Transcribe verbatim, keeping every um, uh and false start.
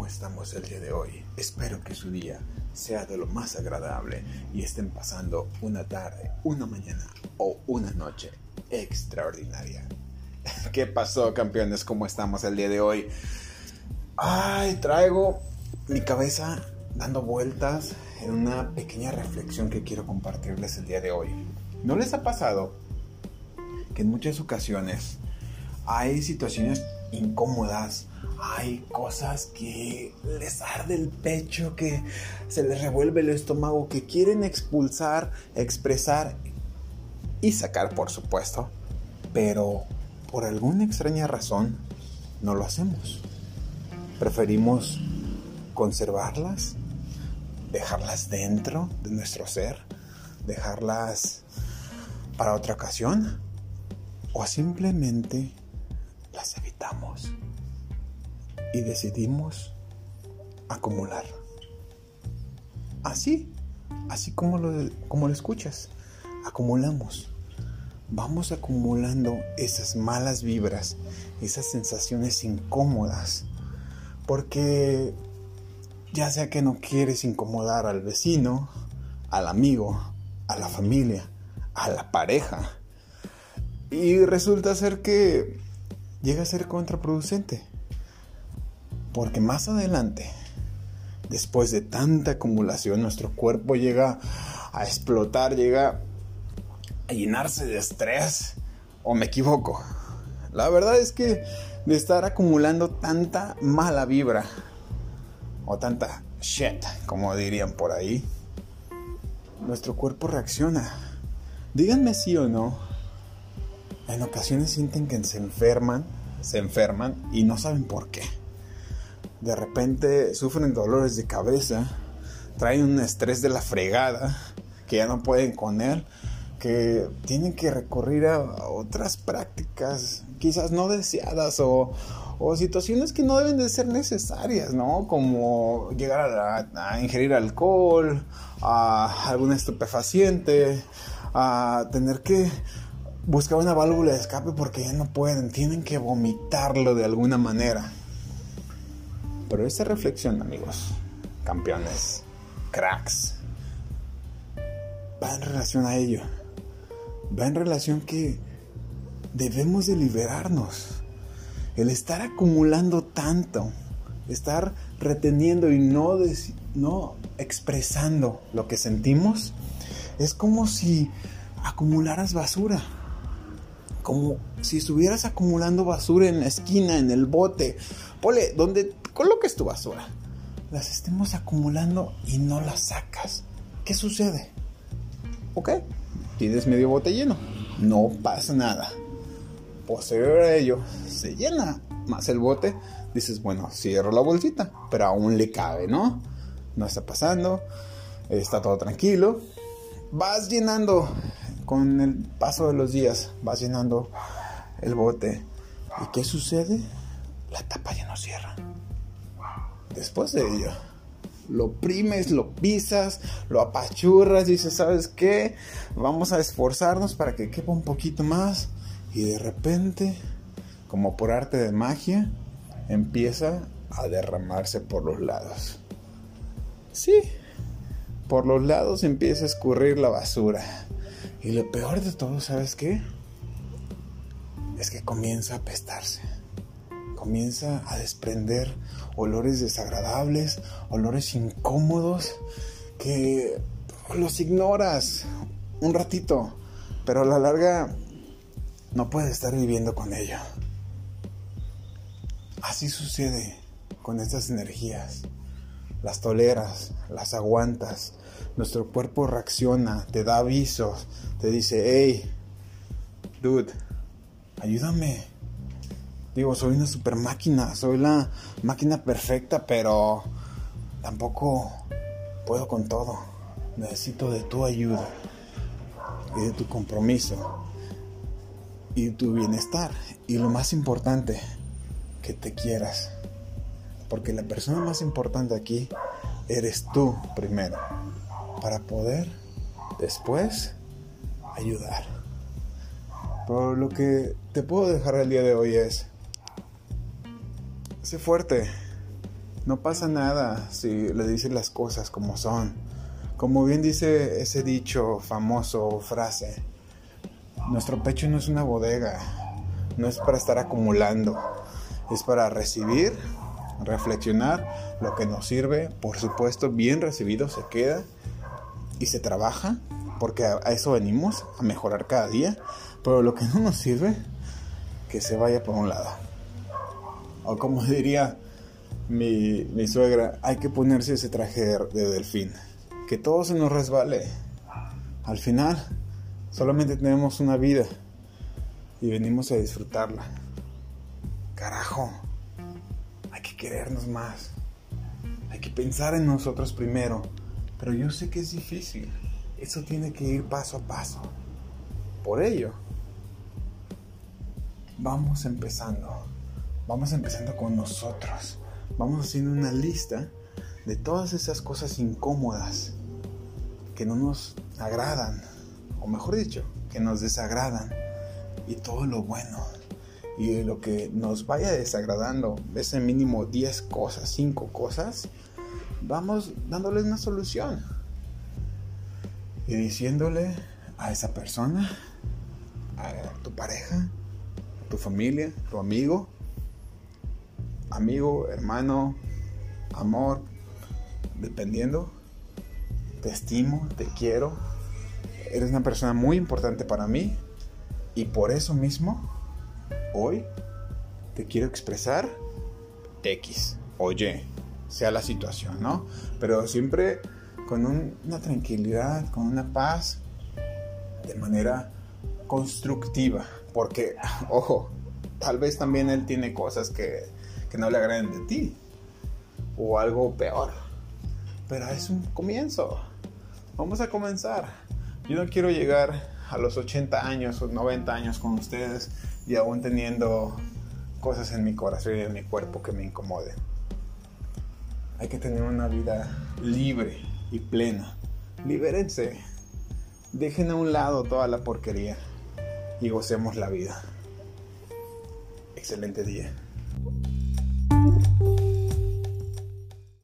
estamos el día de hoy? Espero que su día sea de lo más agradable y estén pasando una tarde, una mañana o una noche extraordinaria. ¿Qué pasó, campeones? ¿Cómo estamos el día de hoy? Ay, traigo mi cabeza dando vueltas en una pequeña reflexión que quiero compartirles el día de hoy. ¿No les ha pasado que en muchas ocasiones hay situaciones incómodas, hay cosas que les arde el pecho, que se les revuelve el estómago, que quieren expulsar, expresar y sacar, por supuesto, pero por alguna extraña razón no lo hacemos? Preferimos conservarlas, dejarlas dentro de nuestro ser, dejarlas para otra ocasión, o simplemente las evitamos y decidimos acumular. Así, así como lo, como lo escuchas, acumulamos. Vamos acumulando esas malas vibras, esas sensaciones incómodas, porque ya sea que no quieres incomodar al vecino, al amigo, a la familia, a la pareja, y resulta ser que llega a ser contraproducente, porque más adelante, después de tanta acumulación, nuestro cuerpo llega a explotar, llega a llenarse de estrés. ¿O me equivoco? La verdad es que de estar acumulando tanta mala vibra o tanta shit, como dirían por ahí, nuestro cuerpo reacciona. Díganme sí o no. En ocasiones sienten que se enferman, se enferman y no saben por qué. De repente sufren dolores de cabeza, traen un estrés de la fregada que ya no pueden con él, que tienen que recurrir a otras prácticas quizás no deseadas o, o situaciones que no deben de ser necesarias, ¿no? Como llegar a, la, a ingerir alcohol, a algún estupefaciente, a tener que buscar una válvula de escape porque ya no pueden, tienen que vomitarlo de alguna manera. Pero esta reflexión, amigos, campeones, cracks, va en relación a ello. Va en relación que debemos de liberarnos. El estar acumulando tanto, estar reteniendo y no, des- no expresando lo que sentimos, es como si acumularas basura. Como si estuvieras acumulando basura en la esquina, en el bote. Ponle, donde coloques tu basura, las estemos acumulando y no las sacas. ¿Qué sucede? Ok, tienes medio bote lleno, no pasa nada. Posterior a ello, se llena más el bote. Dices, bueno, cierro la bolsita, pero aún le cabe, ¿no? No está pasando, está todo tranquilo. Vas llenando. Con el paso de los días vas llenando el bote. ¿Y qué sucede? La tapa ya no cierra. Después de ello, lo oprimes, lo pisas, lo apachurras, dices, ¿sabes qué? Vamos a esforzarnos para que quepa un poquito más. Y de repente, como por arte de magia, empieza a derramarse por los lados. Sí, por los lados empieza a escurrir la basura. Y lo peor de todo, ¿sabes qué? Es que comienza a apestarse. Comienza a desprender olores desagradables, olores incómodos, que los ignoras un ratito, pero a la larga no puedes estar viviendo con ello. Así sucede con estas energías. Las toleras, las aguantas. Nuestro cuerpo reacciona, te da avisos, te dice, hey, dude, ayúdame. Digo, soy una super máquina, soy la máquina perfecta, pero tampoco puedo con todo. Necesito de tu ayuda y de tu compromiso y de tu bienestar. Y lo más importante, que te quieras. Porque la persona más importante aquí eres tú primero, para poder después ayudar. Pero lo que te puedo dejar el día de hoy es: sé fuerte, No pasa nada si le dices las cosas como son. Como bien dice ese dicho famoso o frase, nuestro pecho no es una bodega, no es para estar acumulando, es para recibir, reflexionar lo que nos sirve. Por supuesto, bien recibido se queda y se trabaja, porque a eso venimos, a mejorar cada día. Pero lo que no nos sirve, que se vaya por un lado. O como diría mi, mi suegra, hay que ponerse ese traje de, de delfín, que todo se nos resbale. Al final solamente tenemos una vida y venimos a disfrutarla. Carajo, hay que querernos más, hay que pensar en nosotros primero. Pero yo sé que es difícil, eso tiene que ir paso a paso. Por ello, vamos empezando, vamos empezando con nosotros. Vamos haciendo una lista de todas esas cosas incómodas que no nos agradan, o mejor dicho, que nos desagradan, y todo lo bueno. Y lo que nos vaya desagradando, ese mínimo diez cosas, cinco cosas, vamos dándoles una solución y diciéndole a esa persona, a tu pareja, a tu familia, a tu amigo, amigo, hermano, amor, dependiendo, te estimo, te quiero, eres una persona muy importante para mí, y por eso mismo hoy te quiero expresar X o Y, sea la situación, ¿no? Pero siempre con un, una tranquilidad, con una paz, de manera constructiva. Porque, ojo, tal vez también él tiene cosas que, que no le agraden de ti, o algo peor. Pero es un comienzo. Vamos a comenzar. Yo no quiero llegar a los ochenta años o noventa años con ustedes y aún teniendo cosas en mi corazón y en mi cuerpo que me incomoden. Hay que tener una vida libre y plena. Libérense. Dejen a un lado toda la porquería y gocemos la vida. Excelente día.